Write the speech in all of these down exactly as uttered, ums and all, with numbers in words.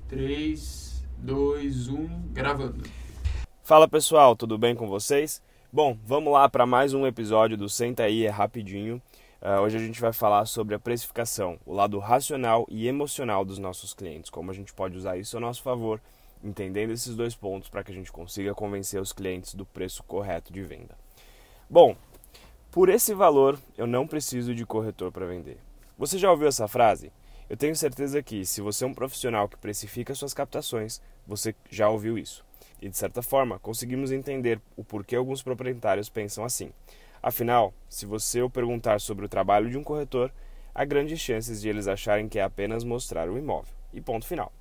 três, dois, um, gravando. Fala pessoal, tudo bem com vocês? Bom, vamos lá para mais um episódio do Senta aí, é rapidinho. Uh, hoje a gente vai falar sobre a precificação, o lado racional e emocional dos nossos clientes, como a gente pode usar isso a nosso favor, entendendo esses dois pontos para que a gente consiga convencer os clientes do preço correto de venda. Bom, por esse valor eu não preciso de corretor para vender. Você já ouviu essa frase? Eu tenho certeza que, se você é um profissional que precifica suas captações, você já ouviu isso. E, de certa forma, conseguimos entender o porquê alguns proprietários pensam assim. Afinal, se você o perguntar sobre o trabalho de um corretor, há grandes chances de eles acharem que é apenas mostrar o imóvel. E ponto final.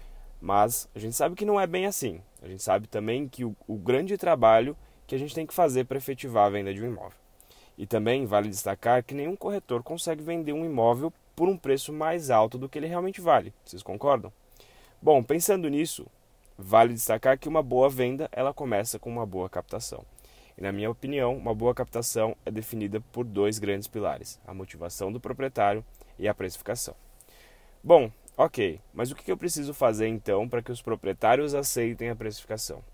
Mas a gente sabe que não é bem assim. A gente sabe também que o, o grande trabalho que a gente tem que fazer para efetivar a venda de um imóvel. E também vale destacar que nenhum corretor consegue vender um imóvel por um preço mais alto do que ele realmente vale. Vocês concordam? Bom, pensando nisso, vale destacar que uma boa venda ela começa com uma boa captação. E na minha opinião, uma boa captação é definida por dois grandes pilares, a motivação do proprietário e a precificação. Bom, ok, mas o que eu preciso fazer então para que os proprietários aceitem a precificação?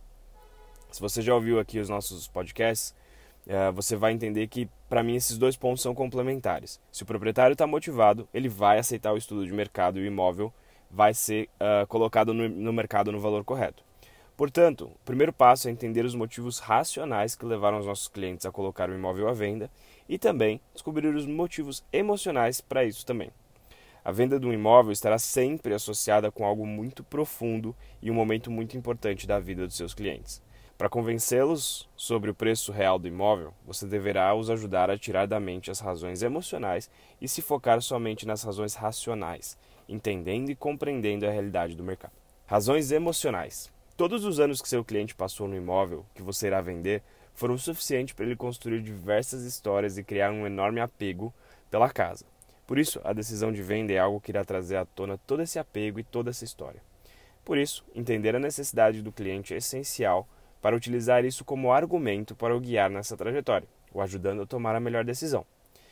Se você já ouviu aqui os nossos podcasts, você vai entender que, para mim, esses dois pontos são complementares. Se o proprietário está motivado, ele vai aceitar o estudo de mercado e o imóvel vai ser uh, colocado no, no mercado no valor correto. Portanto, o primeiro passo é entender os motivos racionais que levaram os nossos clientes a colocar o imóvel à venda e também descobrir os motivos emocionais para isso também. A venda de um imóvel estará sempre associada com algo muito profundo e um momento muito importante da vida dos seus clientes. Para convencê-los sobre o preço real do imóvel, você deverá os ajudar a tirar da mente as razões emocionais e se focar somente nas razões racionais, entendendo e compreendendo a realidade do mercado. Razões emocionais. Todos os anos que seu cliente passou no imóvel que você irá vender foram o suficiente para ele construir diversas histórias e criar um enorme apego pela casa. Por isso, a decisão de venda é algo que irá trazer à tona todo esse apego e toda essa história. Por isso, entender a necessidade do cliente é essencial para utilizar isso como argumento para o guiar nessa trajetória, o ajudando a tomar a melhor decisão.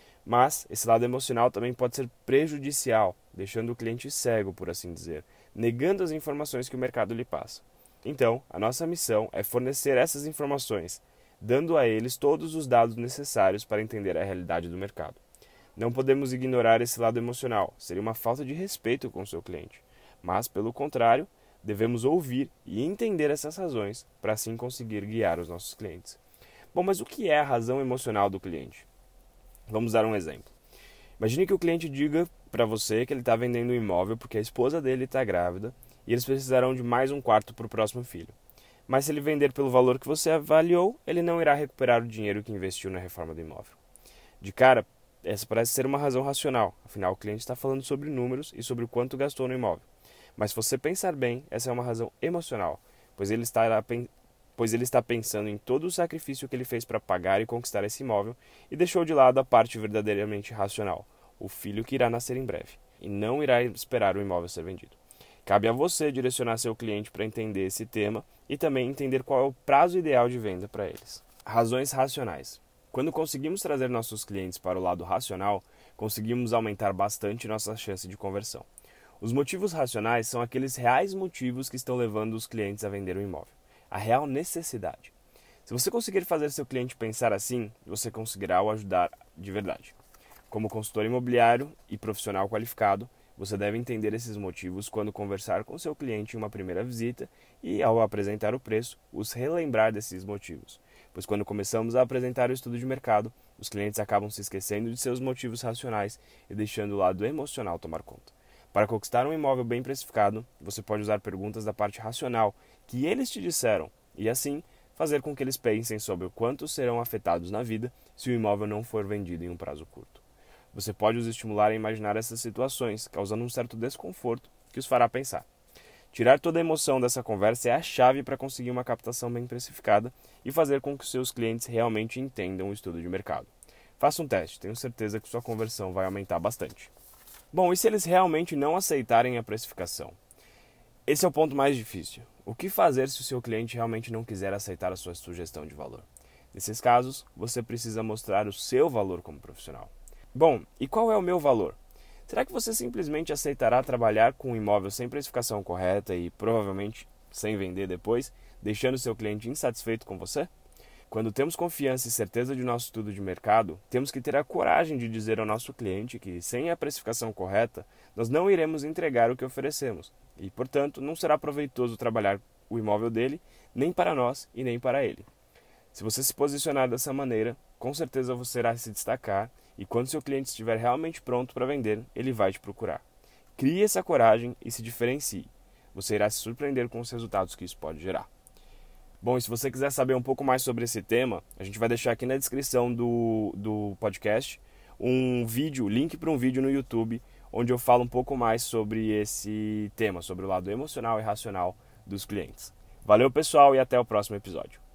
Mas esse lado emocional também pode ser prejudicial, deixando o cliente cego, por assim dizer, negando as informações que o mercado lhe passa. Então, a nossa missão é fornecer essas informações, dando a eles todos os dados necessários para entender a realidade do mercado. Não podemos ignorar esse lado emocional, seria uma falta de respeito com o seu cliente. Mas, pelo contrário, devemos ouvir e entender essas razões para assim conseguir guiar os nossos clientes. Bom, mas o que é a razão emocional do cliente? Vamos dar um exemplo. Imagine que o cliente diga para você que ele está vendendo um imóvel porque a esposa dele está grávida e eles precisarão de mais um quarto para o próximo filho. Mas se ele vender pelo valor que você avaliou, ele não irá recuperar o dinheiro que investiu na reforma do imóvel. De cara, essa parece ser uma razão racional, afinal o cliente está falando sobre números e sobre o quanto gastou no imóvel. Mas se você pensar bem, essa é uma razão emocional, pois ele está, pois ele está pensando em todo o sacrifício que ele fez para pagar e conquistar esse imóvel e deixou de lado a parte verdadeiramente racional, o filho que irá nascer em breve, e não irá esperar o imóvel ser vendido. Cabe a você direcionar seu cliente para entender esse tema e também entender qual é o prazo ideal de venda para eles. Razões racionais. Quando conseguimos trazer nossos clientes para o lado racional, conseguimos aumentar bastante nossa chance de conversão. Os motivos racionais são aqueles reais motivos que estão levando os clientes a vender o imóvel. A real necessidade. Se você conseguir fazer seu cliente pensar assim, você conseguirá o ajudar de verdade. Como consultor imobiliário e profissional qualificado, você deve entender esses motivos quando conversar com seu cliente em uma primeira visita e, ao apresentar o preço, os relembrar desses motivos. Pois quando começamos a apresentar o estudo de mercado, os clientes acabam se esquecendo de seus motivos racionais e deixando o lado emocional tomar conta. Para conquistar um imóvel bem precificado, você pode usar perguntas da parte racional que eles te disseram e, assim, fazer com que eles pensem sobre o quanto serão afetados na vida se o imóvel não for vendido em um prazo curto. Você pode os estimular a imaginar essas situações, causando um certo desconforto que os fará pensar. Tirar toda a emoção dessa conversa é a chave para conseguir uma captação bem precificada e fazer com que os seus clientes realmente entendam o estudo de mercado. Faça um teste, tenho certeza que sua conversão vai aumentar bastante. Bom, e se eles realmente não aceitarem a precificação? Esse é o ponto mais difícil. O que fazer se o seu cliente realmente não quiser aceitar a sua sugestão de valor? Nesses casos, você precisa mostrar o seu valor como profissional. Bom, e qual é o meu valor? Será que você simplesmente aceitará trabalhar com um imóvel sem precificação correta e provavelmente sem vender depois, deixando seu cliente insatisfeito com você? Quando temos confiança e certeza de nosso estudo de mercado, temos que ter a coragem de dizer ao nosso cliente que, sem a precificação correta, nós não iremos entregar o que oferecemos e, portanto, não será proveitoso trabalhar o imóvel dele, nem para nós e nem para ele. Se você se posicionar dessa maneira, com certeza você irá se destacar e quando seu cliente estiver realmente pronto para vender, ele vai te procurar. Crie essa coragem e se diferencie. Você irá se surpreender com os resultados que isso pode gerar. Bom, e se você quiser saber um pouco mais sobre esse tema, a gente vai deixar aqui na descrição do, do podcast um vídeo, link para um vídeo no YouTube, onde eu falo um pouco mais sobre esse tema, sobre o lado emocional e racional dos clientes. Valeu, pessoal, e até o próximo episódio.